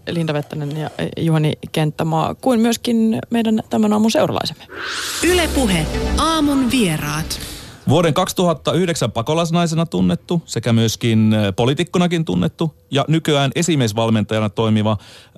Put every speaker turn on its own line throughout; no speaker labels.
Linda Vettänen ja Juhani Kenttämaa, kuin myöskin meidän tämän aamun seuralaisemme.
Yle Puhe, aamun vieraat.
Vuoden 2009 pakolaisnaisena tunnettu, sekä myöskin poliitikkonakin tunnettu, ja nykyään esimiesvalmentajana toimiva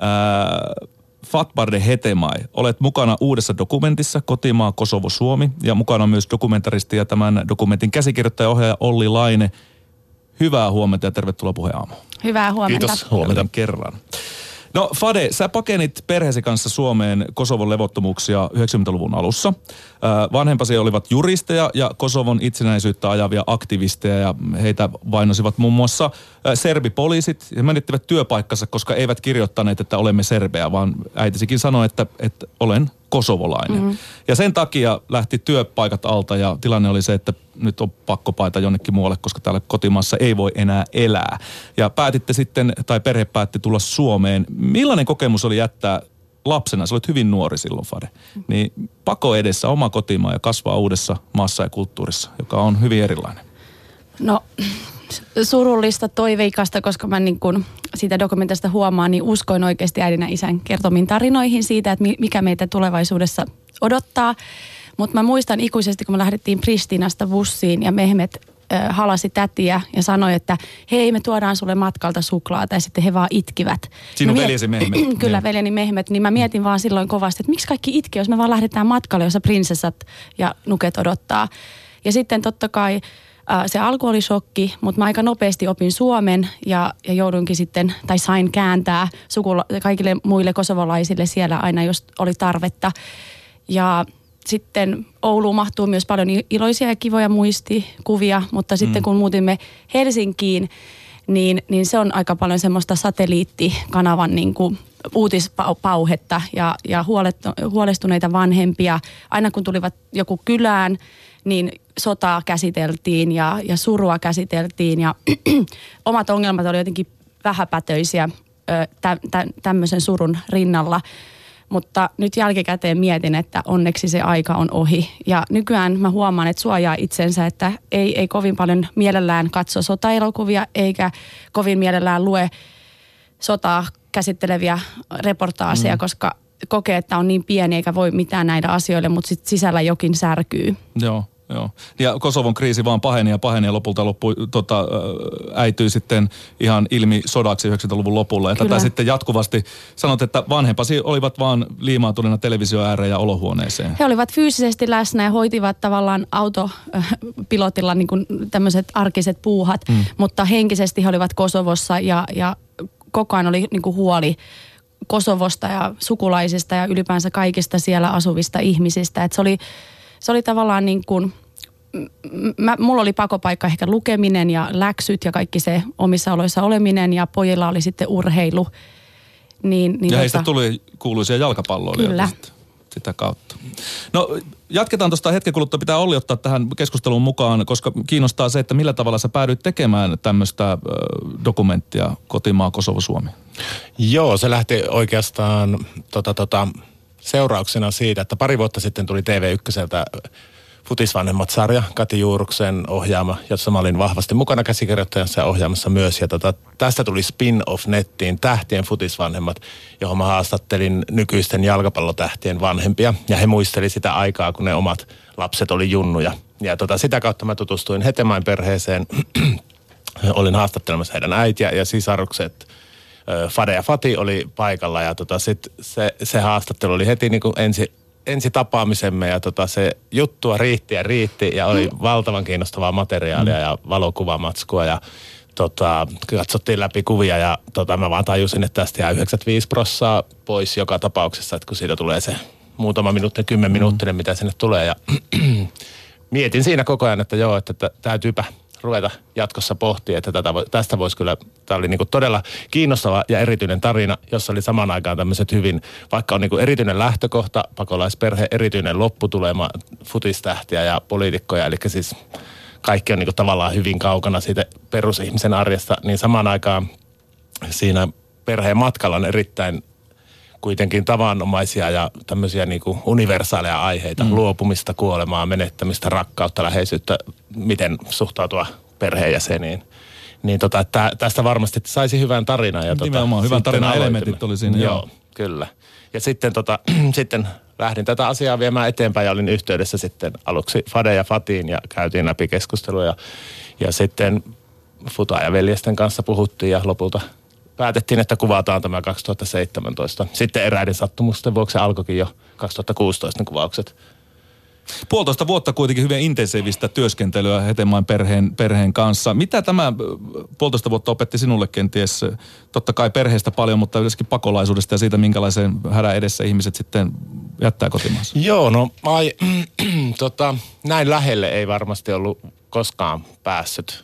Fatbarde Hetemai. Olet mukana uudessa dokumentissa Kotimaa, Kosovo, Suomi, ja mukana on myös dokumentaristi ja tämän dokumentin käsikirjoittaja ja ohjaaja Olli Laine. Hyvää huomenta ja tervetuloa Puheen aamuun.
Hyvää huomenta.
Kiitos. Huomenta kerran. No Fade, sä pakenit perheesi kanssa Suomeen Kosovon levottomuuksia 90-luvun alussa. Vanhempasi olivat juristeja ja Kosovon itsenäisyyttä ajavia aktivisteja ja heitä vainosivat muun muassa serbipoliisit. He menettivät työpaikkansa, koska eivät kirjoittaneet, että olemme serbejä, vaan äitisikin sanoi, että olen kosovolainen. Mm-hmm. Ja sen takia lähti työpaikat alta ja tilanne oli se, että nyt on pakko paeta jonnekin muualle, koska täällä kotimaassa ei voi enää elää. Ja päätitte sitten, tai perhe päätti tulla Suomeen. Millainen kokemus oli jättää lapsena, sä olet hyvin nuori silloin, Fade, niin pako edessä oma kotimaa ja kasvaa uudessa maassa ja kulttuurissa, joka on hyvin erilainen?
No surullista, toiveikasta, koska mä niin kun siitä dokumentista huomaan, niin uskoin oikeasti äidin ja isän kertomiin tarinoihin siitä, että mikä meitä tulevaisuudessa odottaa. Mutta mä muistan ikuisesti, kun me lähdettiin Pristinasta bussiin ja Mehmet halasi tätiä ja sanoi, että hei, me tuodaan sulle matkalta suklaata, ja sitten he vaan itkivät.
Sinun veljesi Mehmet.
Kyllä, veljeni Mehmet. Niin mä mietin vaan silloin kovasti, että miksi kaikki itkee, jos me vaan lähdetään matkalle, jossa prinsessat ja nuket odottaa. Ja sitten totta kai se alku oli shokki, mutta mä aika nopeasti opin suomen ja joudunkin sitten, tai sain kääntää kaikille muille kosovolaisille siellä aina, jos oli tarvetta. Ja sitten Ouluun mahtuu myös paljon iloisia ja kivoja muistikuvia, mutta sitten kun muutimme Helsinkiin, niin se on aika paljon semmoista satelliittikanavan niin kuin uutispauhetta ja huolestuneita vanhempia. Aina kun tulivat joku kylään, niin sotaa käsiteltiin ja surua käsiteltiin ja omat ongelmat oli jotenkin vähäpätöisiä tämmöisen surun rinnalla. Mutta nyt jälkikäteen mietin, että onneksi se aika on ohi. Ja nykyään mä huomaan, että suojaa itsensä, että ei kovin paljon mielellään katso sotaelokuvia eikä kovin mielellään lue sotaa käsitteleviä reportaaseja, koska kokee, että on niin pieni eikä voi mitään näitä asioille, mutta sitten sisällä jokin särkyy.
Joo. Ja Kosovon kriisi vaan paheni ja lopulta äityi sitten ihan ilmi sodaksi 90-luvun lopulla. Ja tätä sitten jatkuvasti sanot, että vanhempasi olivat vaan liimaantuneena televisio ääreen ja olohuoneeseen.
He olivat fyysisesti läsnä ja hoitivat tavallaan autopilotilla niin kuin tämmöiset arkiset puuhat, mutta henkisesti he olivat Kosovossa ja koko ajan oli niin kuin huoli Kosovosta ja sukulaisista ja ylipäänsä kaikista siellä asuvista ihmisistä. Että se oli tavallaan niin kuin, mulla oli pakopaikka ehkä lukeminen ja läksyt ja kaikki se omissa oloissa oleminen ja pojilla oli sitten urheilu.
Ja heistä tuli kuuluisia jalkapalloilijoita sitä kautta. No jatketaan tuosta hetken kuluttua. Pitää Olli ottaa tähän keskusteluun mukaan, koska kiinnostaa se, että millä tavalla sä päädyit tekemään tämmöistä dokumenttia Kotimaa, Kosovo, Suomi.
Joo, se lähti oikeastaan seurauksena siitä, että pari vuotta sitten tuli TV1:ltä Futisvanhemmat-sarja, Kati Juuruksen ohjaama, jossa mä olin vahvasti mukana käsikirjoittajassa ja ohjaamassa myös. Ja tästä tuli spin-off nettiin Tähtien Futisvanhemmat, johon mä haastattelin nykyisten jalkapallotähtien vanhempia. Ja he muisteli sitä aikaa, kun ne omat lapset oli junnuja. Ja sitä kautta mä tutustuin Hetemain perheeseen. Olin haastattelemassa heidän äitiä ja sisarukset. Fade ja Fati oli paikalla ja sit se haastattelu oli heti niin kuin ensi tapaamisemme ja se juttua riitti ja oli valtavan kiinnostavaa materiaalia ja valokuvamatskua ja katsottiin läpi kuvia ja mä vaan tajusin, että tästä jää 95% pois joka tapauksessa, että kun siitä tulee se muutama minuutti, 10 minuuttinen, mitä sinne tulee ja mietin siinä koko ajan, että joo, että täytyypä ruveta jatkossa pohtia, että tästä voisi kyllä, tämä oli niinku todella kiinnostava ja erityinen tarina, jossa oli samaan aikaan tämmöiset hyvin, vaikka on niinku erityinen lähtökohta, pakolaisperhe, erityinen lopputulema, futistähtiä ja poliitikkoja, eli siis kaikki on niinku tavallaan hyvin kaukana siitä perusihmisen arjesta, niin samaan aikaan siinä perheen matkalla on erittäin kuitenkin tavanomaisia ja tämmöisiä niinku universaaleja aiheita, luopumista, kuolemaa, menettämistä, rakkautta, läheisyyttä, miten suhtautua perheenjäseniin. Niin tästä varmasti saisi hyvän tarinan. Ja
nimenomaan hyvän tarinan elementit oli siinä.
Joo, kyllä. Ja sitten, sitten lähdin tätä asiaa viemään eteenpäin ja olin yhteydessä sitten aluksi Fade ja Fatiin ja käytiin läpi keskustelua. Ja sitten Futa ja veljesten kanssa puhuttiin ja lopulta päätettiin, että kuvataan tämä 2017. Sitten eräiden sattumusten vuoksi alkoikin jo 2016 kuvaukset.
1,5 vuotta kuitenkin hyvin intensiivistä työskentelyä Hetemäen perheen kanssa. Mitä tämä 1,5 vuotta opetti sinulle kenties? Totta kai perheestä paljon, mutta yleensäkin pakolaisuudesta ja siitä, minkälaisen hädän edessä ihmiset sitten jättää kotimaassa.
Joo, no näin lähelle ei varmasti ollut koskaan päässyt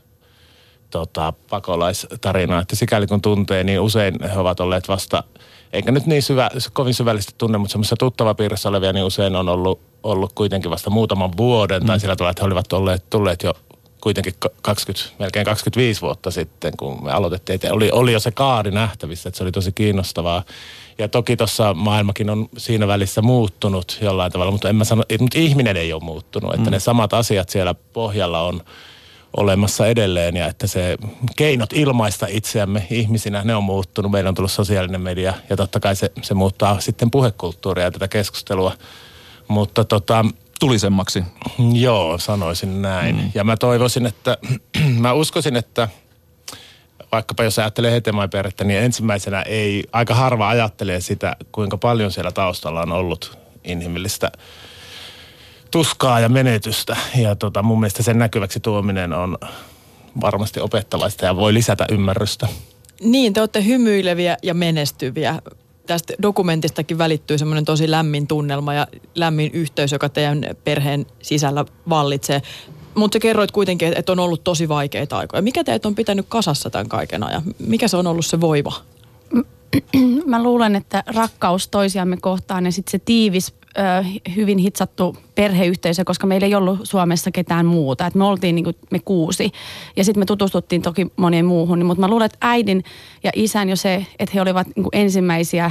pakolaistarinaa. Että sikäli kun tuntee, niin usein he ovat olleet vasta, eikä nyt niin kovin syvällisesti tunne, mutta semmoisessa tuttavapiirissä olevia, niin usein on ollut kuitenkin vasta muutaman vuoden, tai sillä tavalla, että he olivat tulleet jo kuitenkin melkein 25 vuotta sitten, kun me aloitettiin. Että oli jo se kaari nähtävissä, että se oli tosi kiinnostavaa. Ja toki tuossa maailmakin on siinä välissä muuttunut jollain tavalla, mutta en mä sano, mutta ihminen ei ole muuttunut. Että ne samat asiat siellä pohjalla on olemassa edelleen ja että se keinot ilmaista itseämme ihmisinä, ne on muuttunut. Meillä on tullut sosiaalinen media ja totta kai se muuttaa sitten puhekulttuuria ja tätä keskustelua. Mutta
tulisemmaksi.
Joo, sanoisin näin. Ja mä toivoisin, että mä uskoisin, että vaikkapa jos ajattelee Hetemäen perhettä, niin ensimmäisenä aika harva ajattelee sitä, kuinka paljon siellä taustalla on ollut inhimillistä tuskaa ja menetystä. Ja mun mielestä sen näkyväksi tuominen on varmasti opettavaista ja voi lisätä ymmärrystä.
Niin, te olette hymyileviä ja menestyviä. Tästä dokumentistakin välittyy semmoinen tosi lämmin tunnelma ja lämmin yhteys, joka teidän perheen sisällä vallitsee. Mutta sä kerroit kuitenkin, että on ollut tosi vaikeita aikoja. Mikä teet on pitänyt kasassa tämän kaiken ajan? Mikä se on ollut se voiva?
Mä luulen, että rakkaus toisiamme kohtaan ja sitten se tiivis, hyvin hitsattu perheyhteisö, koska meillä ei ollut Suomessa ketään muuta. Et me oltiin niin kuin me 6 ja sitten me tutustuttiin toki moneen muuhun. Mutta mä luulen, että äidin ja isän jo se, että he olivat niin kuin ensimmäisiä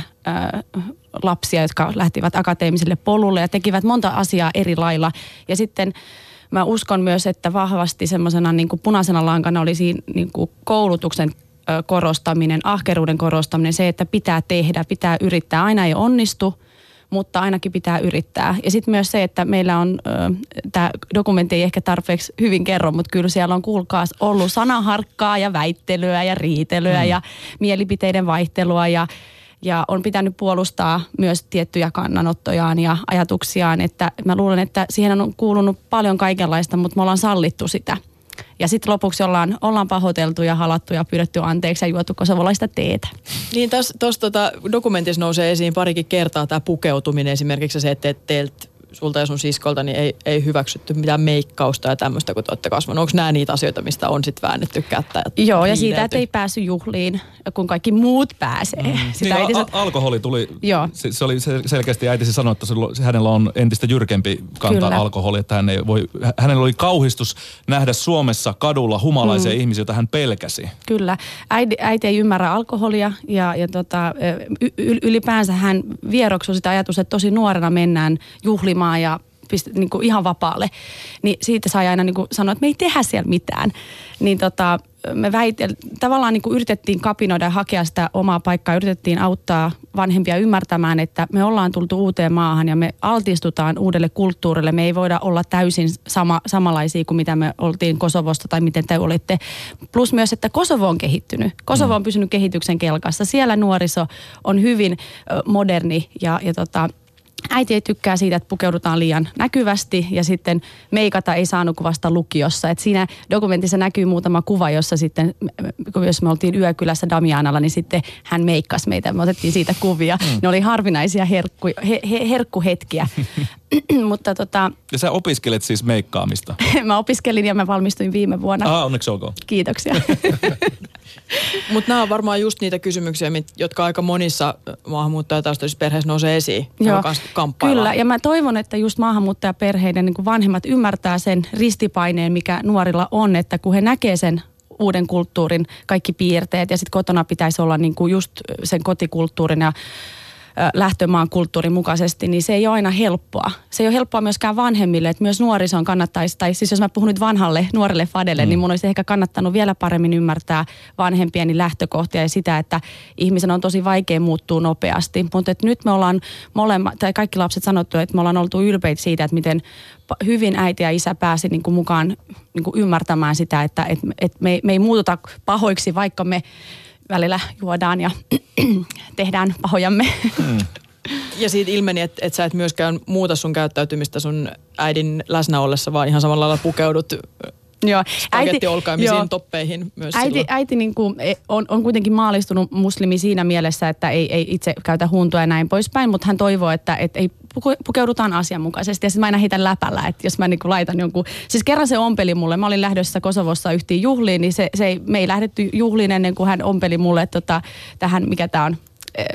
lapsia, jotka lähtivät akateemiselle polulle ja tekivät monta asiaa eri lailla. Ja sitten mä uskon myös, että vahvasti semmoisena niin kuin punaisena lankana oli siinä niin kuin koulutuksen korostaminen, ahkeruuden korostaminen, se, että pitää tehdä, pitää yrittää. Aina ei onnistu, mutta ainakin pitää yrittää. Ja sitten myös se, että meillä on, tämä dokumentti ei ehkä tarpeeksi hyvin kerro, mutta kyllä siellä on kuulkaas ollut sanaharkkaa ja väittelyä ja riitelyä ja mielipiteiden vaihtelua ja on pitänyt puolustaa myös tiettyjä kannanottojaan ja ajatuksiaan, että mä luulen, että siihen on kuulunut paljon kaikenlaista, mutta me ollaan sallittu sitä. Ja sitten lopuksi ollaan pahoiteltu ja halattu ja pyydetty anteeksi ja juotu kosovolaista teetä.
Niin tuossa dokumentissa nousee esiin parikin kertaa tämä pukeutuminen esimerkiksi se, että teiltä, sulta ja sun siskolta, niin ei hyväksytty mitään meikkausta ja tämmöistä, kun te olette kasvanut. Onko nämä niitä asioita, mistä on sitten väännetty kättä?
Joo, ja siitä, että ei päässyt juhliin, kun kaikki muut pääsee.
Alkoholi tuli, se oli selkeästi äitisi sanoi, että hänellä on entistä jyrkempi kanta alkoholi, että hänellä oli kauhistus nähdä Suomessa kadulla humalaisia ihmisiä, joita hän pelkäsi. Kyllä.
Äiti ei ymmärrä alkoholia ja ylipäänsä hän vieroksui sitä ajatusta, että tosi nuorena mennään juhlimaan ja niin kuin ihan vapaalle, niin siitä sai aina niin kuin sanoa, että me ei tehdä siellä mitään. Niin me tavallaan niin kuin yritettiin kapinoida ja hakea sitä omaa paikkaa, yritettiin auttaa vanhempia ymmärtämään, että me ollaan tultu uuteen maahan ja me altistutaan uudelle kulttuurille. Me ei voida olla täysin samanlaisia kuin mitä me oltiin Kosovosta tai miten te olitte. Plus myös, että Kosovo on kehittynyt. Kosovo on pysynyt kehityksen kelkassa. Siellä nuoriso on hyvin moderni ja äiti ei tykkää siitä, että pukeudutaan liian näkyvästi ja sitten meikata ei saanut kuvasta lukiossa. Et siinä dokumentissa näkyy muutama kuva, jossa sitten, jos me oltiin yökylässä Damianalla, niin sitten hän meikkasi meitä. Me otettiin siitä kuvia. Ne oli harvinaisia herkkuhetkiä. Mutta
Ja sä opiskelet siis meikkaamista?
Mä opiskelin ja mä valmistuin viime vuonna.
Onneksi olkoon.
Kiitoksia.
Mutta nämä on varmaan just niitä kysymyksiä, jotka aika monissa maahanmuuttajataustaisissa perheissä nousee esiin.
Joo, kyllä. Ja mä toivon, että just maahanmuuttajaperheiden niin kuin vanhemmat ymmärtää sen ristipaineen, mikä nuorilla on, että kun he näkee sen uuden kulttuurin kaikki piirteet ja sitten kotona pitäisi olla niin kuin just sen kotikulttuurin ja lähtömaan kulttuurin mukaisesti, niin se ei ole aina helppoa. Se ei ole helppoa myöskään vanhemmille, että myös nuorison kannattaisi, tai siis jos mä puhun nyt nuorelle fadelle, niin mun olisi ehkä kannattanut vielä paremmin ymmärtää vanhempieni lähtökohtia ja sitä, että ihmisen on tosi vaikea muuttua nopeasti. Mutta nyt me ollaan tai kaikki lapset sanottu, että me ollaan oltu ylpeitä siitä, että miten hyvin äiti ja isä pääsi niin kuin mukaan niin kuin ymmärtämään sitä, että me ei muututa pahoiksi, vaikka me välillä juodaan ja tehdään pahojamme.
Ja siitä ilmeni, että sä et myöskään muuta sun käyttäytymistä sun äidin läsnä ollessa, vaan ihan samalla lailla pukeudut spagettiolkaimisiin toppeihin myös
äiti niin kuin on kuitenkin maalistunut muslimi siinä mielessä, että ei itse käytä huntua ja näin poispäin, mutta hän toivoo, että ei pukeudutaan asianmukaisesti. Ja sitten mä aina heitän läpällä, että jos mä niin kuin laitan jonkun... Siis kerran se ompeli mulle. Mä olin lähdössä Kosovossa yhtiin juhliin, niin me ei lähdetty juhliin ennen kuin hän ompeli mulle tähän, mikä tää on...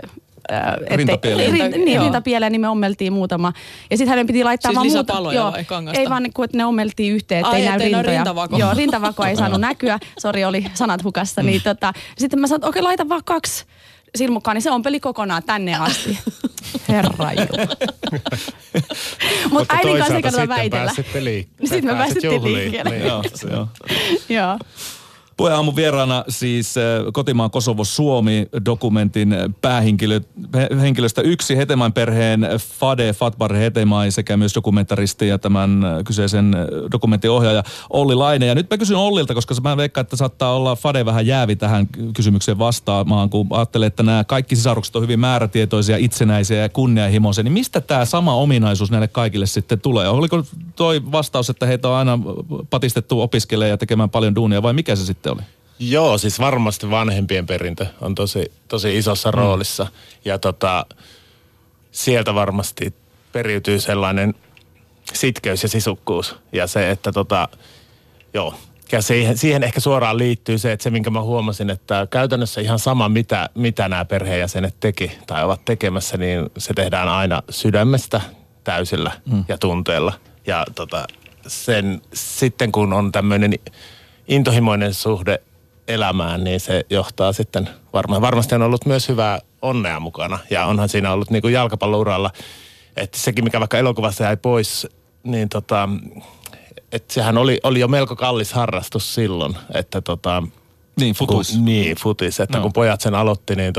Rintapieleen, niin me ommeltiin muutama. Ja sitten hänen piti laittaa
siis
vaan
lisäpaloja vai kangasta?
Ei vaan, että ne ommeltiin yhteen, ettei näy rintoja.
Rintavako.
Joo, rintavako ei saanut näkyä. Sori, oli sanat hukassa. Niin sitten mä sanoin, että okei, laita vaan 2 silmukkaa, niin se ompeli kokonaan tänne asti. Herra Jumala. Mutta äidin kanssa ei kannata väitellä. Sitten me päästettiin liikkeelle. Joo.
Puheenaamun vieraana siis Kotimaan Kosovo Suomi -dokumentin päähenkilöstä yksi Hetemäen perheen Fade Fatbar Hetemäen sekä myös dokumentaristi ja tämän kyseisen dokumentin ohjaaja Olli Laine. Ja nyt mä kysyn Ollilta, koska mä veikkaan, että saattaa olla Fade vähän jäävi tähän kysymykseen vastaamaan, kun ajattelee, että nämä kaikki sisarukset on hyvin määrätietoisia, itsenäisiä ja kunnianhimoisia. Niin mistä tämä sama ominaisuus näille kaikille sitten tulee? Oliko toi vastaus, että heitä on aina patistettu opiskelemaan ja tekemään paljon duunia vai mikä se sitten oli?
Joo, siis varmasti vanhempien perintö on tosi isossa roolissa. Ja sieltä varmasti periytyy sellainen sitkeys ja sisukkuus. Ja se, että joo. Ja siihen ehkä suoraan liittyy se, että se minkä mä huomasin, että käytännössä ihan sama mitä nämä perheenjäsenet teki tai ovat tekemässä, niin se tehdään aina sydämestä täysillä ja tunteella. Ja sitten kun on tämmöinen intohimoinen suhde elämään, niin se johtaa sitten varmasti on ollut myös hyvää onnea mukana. Ja onhan siinä ollut niin kuin jalkapallouralla, että sekin mikä vaikka elokuvassa jäi pois, niin että sehän oli jo melko kallis harrastus silloin, että
niin, futis.
Futis, että kun pojat sen aloitti, niin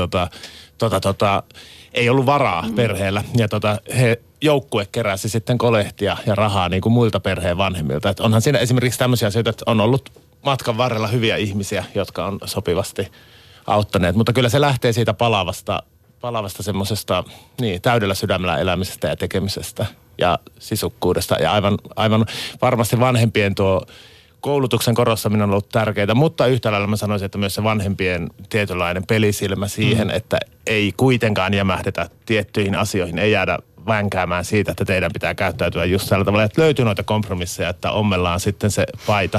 ei ollut varaa perheellä. Ja joukkue keräsi sitten kolehtia ja rahaa niin kuin muilta perheen vanhemmilta. Että onhan siinä esimerkiksi tämmöisiä asioita, että on ollut matkan varrella hyviä ihmisiä, jotka on sopivasti auttaneet. Mutta kyllä se lähtee siitä palavasta semmoisesta täydellä sydämellä elämisestä ja tekemisestä ja sisukkuudesta. Ja aivan varmasti vanhempien tuo koulutuksen korostaminen on ollut tärkeää, mutta yhtä lailla mä sanoisin, että myös se vanhempien tietynlainen pelisilmä siihen, että ei kuitenkaan jämähdetä tiettyihin asioihin, ei jäädä vänkäämään siitä, että teidän pitää käyttäytyä just tällä tavalla, että löytyy noita kompromisseja, että ommellaan sitten se paita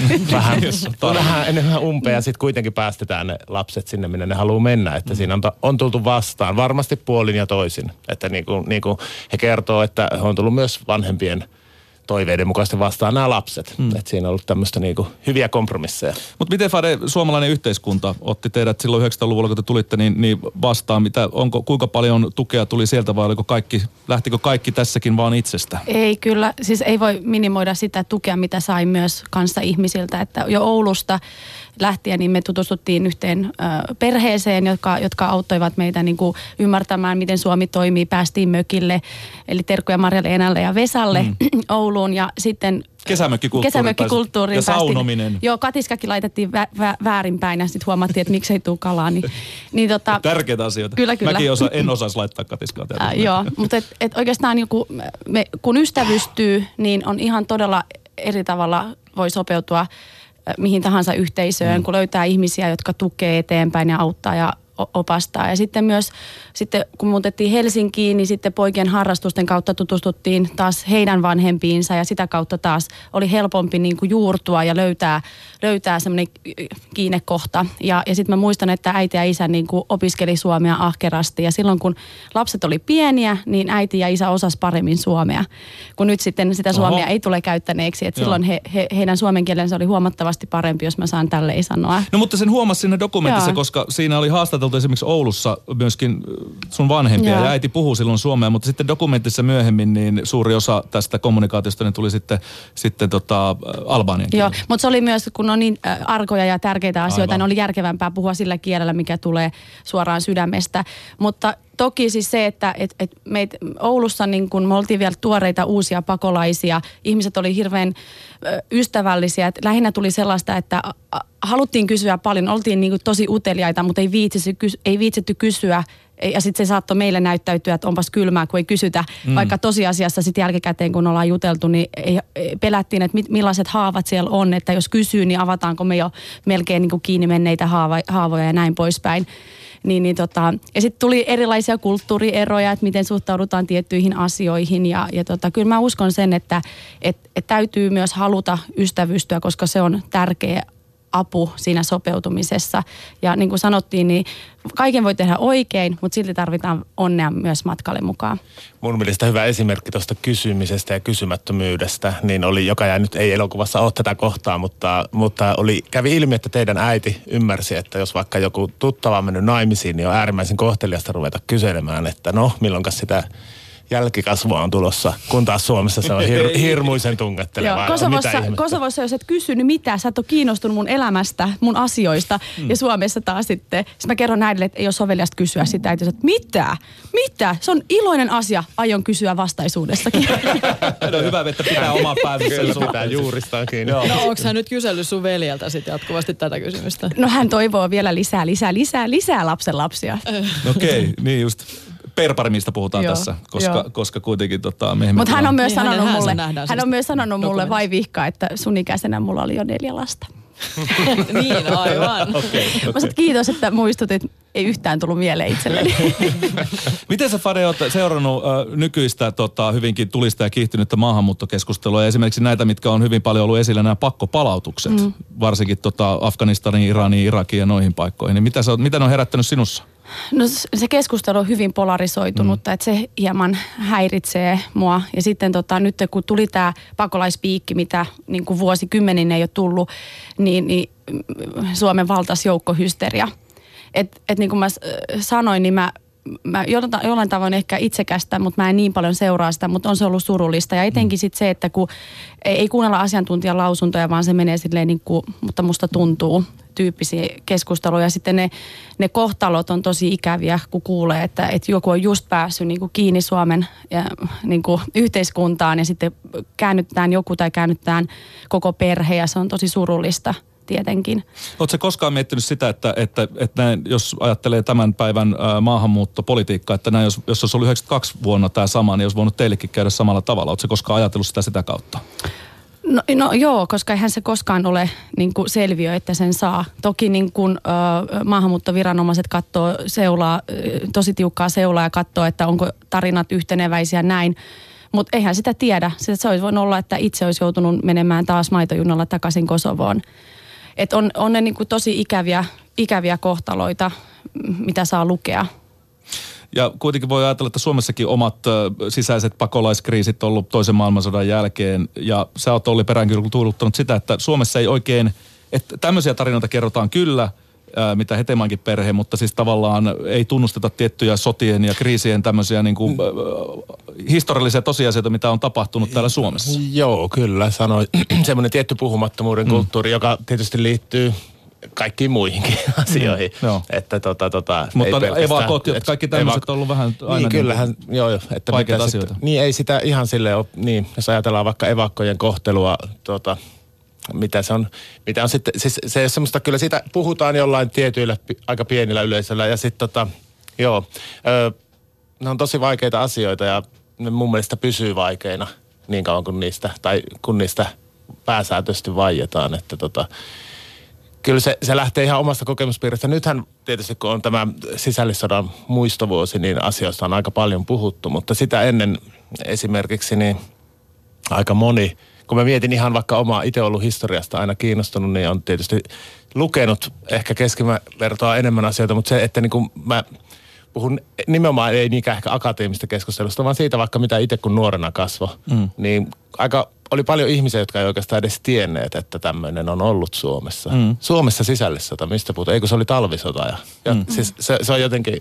vähän enemmän umpea ja sitten kuitenkin päästetään ne lapset sinne, minne ne haluaa mennä, että siinä on tultu vastaan, varmasti puolin ja toisin, että niin kuin he kertoo, että on tullut myös vanhempien toiveiden mukaisesti vastaan nämä lapset. Että siinä on ollut tämmöistä niinku hyviä kompromisseja.
Mutta miten Fade, suomalainen yhteiskunta otti teidät silloin 900-luvulla, kun te tulitte, niin vastaan? Kuinka paljon tukea tuli sieltä vai lähtikö kaikki tässäkin vaan itsestä?
Ei kyllä, siis ei voi minimoida sitä tukea, mitä sai myös kanssa ihmisiltä. Että jo Oulusta lähtien niin me tutustuttiin yhteen perheeseen, jotka auttoivat meitä niin kuin ymmärtämään, miten Suomi toimii. Päästiin mökille, eli terkkuja Marjalle, Enälle ja Vesalle Ouluun ja sitten kesämökkikulttuuriin
ja saunominen.
Joo, katiskakin laitettiin väärinpäin ja sitten huomattiin, että miksei tule kalaa.
Tärkeitä asioita.
Kyllä.
Mäkin en osaisi laittaa katiskaa.
Joo, mutta et oikeastaan kun ystävystyy, niin on ihan todella eri tavalla voi sopeutua mihin tahansa yhteisöön, kun löytää ihmisiä, jotka tukee eteenpäin ja auttaa ja opastaa. Ja sitten myös, kun muutettiin Helsinkiin, niin sitten poikien harrastusten kautta tutustuttiin taas heidän vanhempiinsa ja sitä kautta taas oli helpompi niin kuin juurtua ja löytää semmoinen kiinnekohta. Ja sitten mä muistan, että äiti ja isä niin kuin opiskeli suomea ahkerasti ja silloin kun lapset oli pieniä, niin äiti ja isä osas paremmin suomea. Kun nyt sitten sitä suomea ei tule käyttäneeksi, että silloin heidän suomen kielensä oli huomattavasti parempi, jos mä saan tälleen sanoa.
No mutta sen huomasi siinä dokumentissa, koska siinä oli haastateltu haastateltu esimerkiksi Oulussa myöskin sun vanhempia ja äiti puhuu silloin suomea, mutta sitten dokumentissa myöhemmin niin suuri osa tästä kommunikaatiosta niin tuli sitten albanian kielellä.
Joo, mutta se oli myös, kun on niin arkoja ja tärkeitä asioita, niin oli järkevämpää puhua sillä kielellä, mikä tulee suoraan sydämestä. Mutta toki siis se, että meitä Oulussa niin kun me oltiin vielä tuoreita uusia pakolaisia, ihmiset oli hirveän ystävällisiä. Että lähinnä tuli sellaista, että haluttiin kysyä paljon, oltiin niin kuin tosi uteliaita, mutta ei viitsitty kysyä. Ja sitten se saattoi meille näyttäytyä, että onpas kylmää, kun ei kysytä. Vaikka tosiasiassa sitten jälkikäteen, kun ollaan juteltu, niin pelättiin, että millaiset haavat siellä on. Että jos kysyy, niin avataanko me jo melkein niin kuin kiinni menneitä haavoja ja näin poispäin. Ja sitten tuli erilaisia kulttuurieroja, että miten suhtaudutaan tiettyihin asioihin. Ja kyllä mä uskon sen, että täytyy myös haluta ystävystyä, koska se on tärkeä apu siinä sopeutumisessa. Ja niin kuin sanottiin, niin kaiken voi tehdä oikein, mutta silti tarvitaan onnea myös matkalle mukaan.
Mun mielestä hyvä esimerkki tuosta kysymisestä ja kysymättömyydestä, niin oli, joka jäi nyt ei elokuvassa ole tätä kohtaa, mutta kävi ilmi, että teidän äiti ymmärsi, että jos vaikka joku tuttava on mennyt naimisiin, niin on äärimmäisen kohteliasta ruveta kyselemään, että no, milloinkas sitä jälkikasvua on tulossa, kun taas Suomessa se on hirmuisen tungettelevaa.
Kosovossa, jos et kysynyt mitään, sä et ole kiinnostunut mun elämästä, mun asioista, ja Suomessa taas sitten mä kerron äidille, että ei ole soveliasta kysyä sitä, että mitä? Se on iloinen asia, aion kysyä vastaisuudessakin.
No hyvä, että pitää omaa päätöksensä.
Kyllä pitää juuristaan kiinni.
No onko hän nyt kysellyt sun veljeltä sitten jatkuvasti tätä kysymystä?
No hän toivoo vielä lisää lapsenlapsia.
Okei, niin just. Perparimista puhutaan tässä, koska kuitenkin myöhemmin...
Mutta hän on myös sanonut mulle vai vihkaa, että sun ikäisenä mulla oli jo 4 lasta.
Niin, aivan.
Okay.
Mä sanoin, kiitos, että muistutit. Ei yhtään tullut mieleen itselleni.
Miten sä, Fade, oot seurannut nykyistä hyvinkin tulista ja kiihtynyttä maahanmuuttokeskustelua ja esimerkiksi näitä, mitkä on hyvin paljon ollut esillä, nämä pakkopalautukset, varsinkin Afganistaniin, Iraniin, Irakiin ja noihin paikkoihin. Niin mitä ne on herättänyt sinussa?
No se keskustelu on hyvin polarisoitunutta, että se hieman häiritsee mua. Ja sitten nyt kun tuli tämä pakolaispiikki, mitä niin kuin vuosikymmenin ei ole tullut, niin Suomen valtasi joukkohysteria. Et niin kuin mä sanoin, niin mä jollain tavoin ehkä itsekästä, mutta mä en niin paljon seuraa sitä, mutta on se ollut surullista. Ja etenkin sitten se, että kun ei kuunnella asiantuntijan lausuntoja, vaan se menee silleen niin kuin, mutta musta tuntuu tyyppisiä keskusteluja. Ja sitten ne kohtalot on tosi ikäviä, kun kuulee, että joku on just päässyt niin kuin kiinni Suomen niin kuin yhteiskuntaan ja sitten käännyttään joku tai käännyttään koko perhe ja se on tosi surullista. Tietenkin.
Oletko sä koskaan miettinyt sitä, että näin, jos ajattelee tämän päivän maahanmuuttopolitiikkaa, että näin, jos olisi ollut 92 vuonna tämä sama, niin olisi voinut teillekin käydä samalla tavalla. Oletko sä koskaan ajatellut sitä kautta?
No joo, koska eihän se koskaan ole niin kuin selviö, että sen saa. Toki niin kuin, maahanmuuttoviranomaiset seulaa, tosi tiukkaa seulaa ja katsoo, että onko tarinat yhteneväisiä näin. Mutta eihän sitä tiedä. Se olisi voinut olla, että itse olisi joutunut menemään taas maitojunalla takaisin Kosovoon. Että on ne niinku tosi ikäviä kohtaloita, mitä saa lukea.
Ja kuitenkin voi ajatella, että Suomessakin omat sisäiset pakolaiskriisit on ollut toisen maailmansodan jälkeen. Ja sä oot Olli peräänkuuluttanut sitä, että Suomessa ei oikein, että tämmöisiä tarinoita kerrotaan kyllä, mitä Hetemäenkin perhe, mutta siis tavallaan ei tunnusteta tiettyjä sotien ja kriisien tämmöisiä niin kuin, historiallisia tosiasioita, mitä on tapahtunut täällä Suomessa.
Joo, kyllä sanoin. Semmoinen tietty puhumattomuuden kulttuuri, joka tietysti liittyy kaikkiin muihinkin asioihin. Että
mutta evakot, kaikki tämmöiset on ollut vähän aina
niin kyllähän, joo, että vaikeita asioita. Niin ei sitä ihan silleen ole, niin jos ajatellaan vaikka evakkojen kohtelua, mitä on sitten, siis se ei semmoista, kyllä siitä puhutaan jollain tietyillä aika pienillä yleisöllä ja sitten ne on tosi vaikeita asioita ja ne mun mielestä pysyy vaikeina niin kauan kuin kun niistä pääsääntöisesti vaietaan, että kyllä se lähtee ihan omasta kokemuspiiristä. Nythän tietysti kun on tämä sisällissodan muistovuosi, niin asioista on aika paljon puhuttu, mutta sitä ennen esimerkiksi niin aika moni, kun mä mietin ihan vaikka omaa itse ollut historiasta aina kiinnostunut, niin on tietysti lukenut ehkä keskivertoa enemmän asioita, mutta se, että niin kuin mä puhun nimenomaan ei niinkään ehkä akateemista keskustelusta, vaan siitä vaikka mitä itse kun nuorena kasvoi, niin oli paljon ihmisiä, jotka ei oikeastaan edes tienneet, että tämmöinen on ollut Suomessa. Suomessa sisällissota, mistä puhutaan? Eikö se oli talvisota? Ja siis se on jotenkin,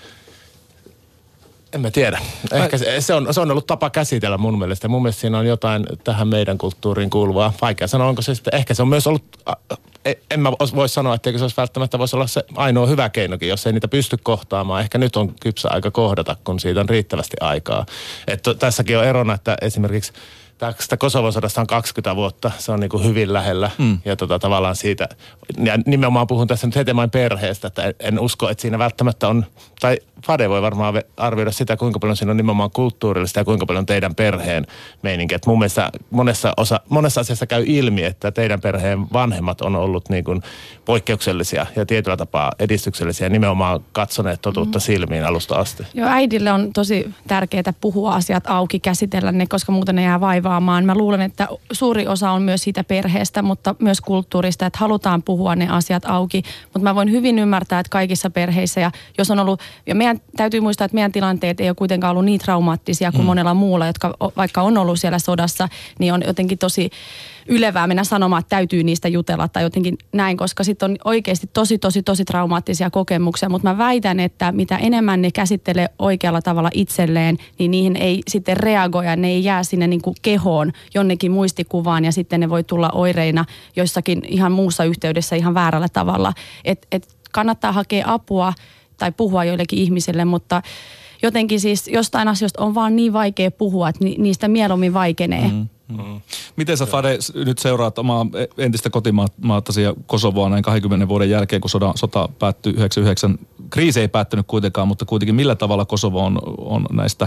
en mä tiedä. Ehkä se on ollut tapa käsitellä mun mielestä. Mun mielestä siinä on jotain tähän meidän kulttuuriin kuuluvaa. Vaikea sanoa, onko se sitten, ehkä se on myös ollut, en mä voi sanoa, etteikö se olisi välttämättä voisi olla se ainoa hyvä keinokin, jos ei niitä pysty kohtaamaan. Ehkä nyt on kypsä aika kohdata, kun siitä on riittävästi aikaa. Että tässäkin on erona, että esimerkiksi tästä Kosovon sodasta on 20 vuotta, se on niin kuin hyvin lähellä ja tavallaan siitä, ja nimenomaan puhun tässä nyt Hetemäen perheestä, että en usko, että siinä välttämättä on, tai Fade voi varmaan arvioida sitä, kuinka paljon siinä on nimenomaan kulttuurillista ja kuinka paljon teidän perheen meininki. Että mun mielestä monessa asiassa käy ilmi, että teidän perheen vanhemmat on ollut niin kuin poikkeuksellisia ja tietyllä tapaa edistyksellisiä, nimenomaan katsoneet totuutta silmiin alusta asti.
Joo, äidille on tosi tärkeää puhua asiat auki, käsitellä ne, koska muuten ne jää vaivaamaan. Mä luulen, että suuri osa on myös siitä perheestä, mutta myös kulttuurista, että halutaan puhua ne asiat auki. Mutta mä voin hyvin ymmärtää, että kaikissa perheissä, ja jos on ollut, ja meidän täytyy muistaa, että meidän tilanteet ei ole kuitenkaan ollut niin traumaattisia kuin monella muulla, jotka vaikka on ollut siellä sodassa, niin on jotenkin tosi ylevää mennä sanomaan, että täytyy niistä jutella tai jotenkin näin, koska sitten on oikeasti tosi traumaattisia kokemuksia, mutta mä väitän, että mitä enemmän ne käsittelee oikealla tavalla itselleen, niin niihin ei sitten reagoida, ne ei jää sinne niin kuin kehoon jonnekin muistikuvaan ja sitten ne voi tulla oireina joissakin ihan muussa yhteydessä ihan väärällä tavalla. Et kannattaa hakea apua tai puhua joillekin ihmisille, mutta jotenkin siis jostain asioista on vaan niin vaikea puhua, että niistä mieluummin vaikenee.
Miten sä, Fade, nyt seuraat omaa entistä kotimaattasi ja Kosovoa näin 20 vuoden jälkeen, kun sota päättyi 99. Kriisi ei päättynyt kuitenkaan, mutta kuitenkin millä tavalla Kosovo on näistä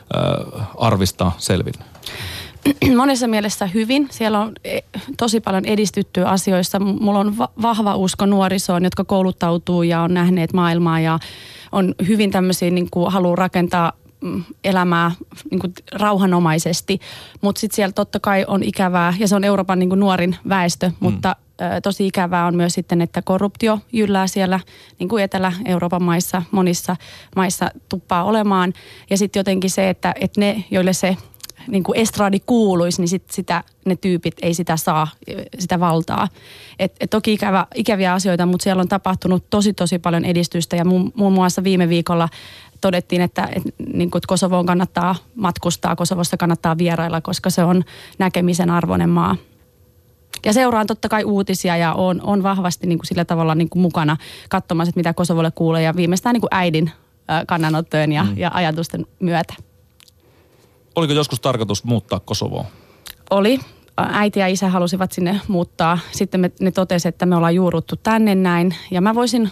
arvista selvinnyt?
Monessa mielessä hyvin. Siellä on tosi paljon edistyttyä asioissa. Mulla on vahva usko nuorisoon, jotka kouluttautuu ja on nähneet maailmaa ja on hyvin tämmöisiä, niin kuin haluaa rakentaa elämää niin kuin rauhanomaisesti. Mutta sitten siellä totta kai on ikävää, ja se on Euroopan niin kuin nuorin väestö, mutta tosi ikävää on myös sitten, että korruptio jyllää siellä, niin kuin Etelä-Euroopan maissa, monissa maissa tuppaa olemaan. Ja sitten jotenkin se, että ne, joille se niin kuin estradi kuuluisi, niin ne tyypit ei sitä saa, sitä valtaa. Toki ikäviä asioita, mutta siellä on tapahtunut tosi paljon edistystä ja muun muassa viime viikolla todettiin, että Kosovoon kannattaa matkustaa, Kosovossa kannattaa vierailla, koska se on näkemisen arvoinen maa. Ja seuraan totta kai uutisia ja on vahvasti niin kuin sillä tavalla niin kuin mukana katsomassa, mitä Kosovolle kuulee ja viimeistään niin kuin äidin kannanottojen ja ajatusten myötä.
Oliko joskus tarkoitus muuttaa Kosovoon?
Oli. Äiti ja isä halusivat sinne muuttaa. Sitten ne totesivat, että me ollaan juurruttu tänne näin. Ja mä voisin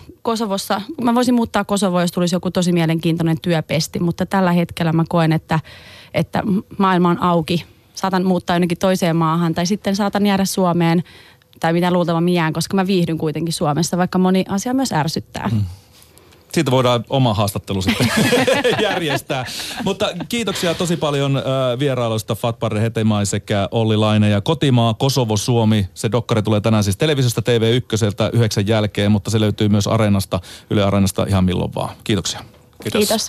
muuttaa Kosovoon, jos tulisi joku tosi mielenkiintoinen työpesti. Mutta tällä hetkellä mä koen, että maailma on auki. Saatan muuttaa jonnekin toiseen maahan tai sitten saatan jäädä Suomeen tai mitä luultavammin jään, koska mä viihdyn kuitenkin Suomessa, vaikka moni asia myös ärsyttää.
Siitä voidaan oma haastattelu sitten järjestää. Mutta kiitoksia tosi paljon vierailusta Fatparde Hetemäen sekä Olli Laine ja Kotimaa, Kosovo, Suomi. Se dokkari tulee tänään siis televisiosta TV1 9 jälkeen, mutta se löytyy myös Areenasta, Yle Areenasta ihan milloin vaan. Kiitoksia.
Kiitos.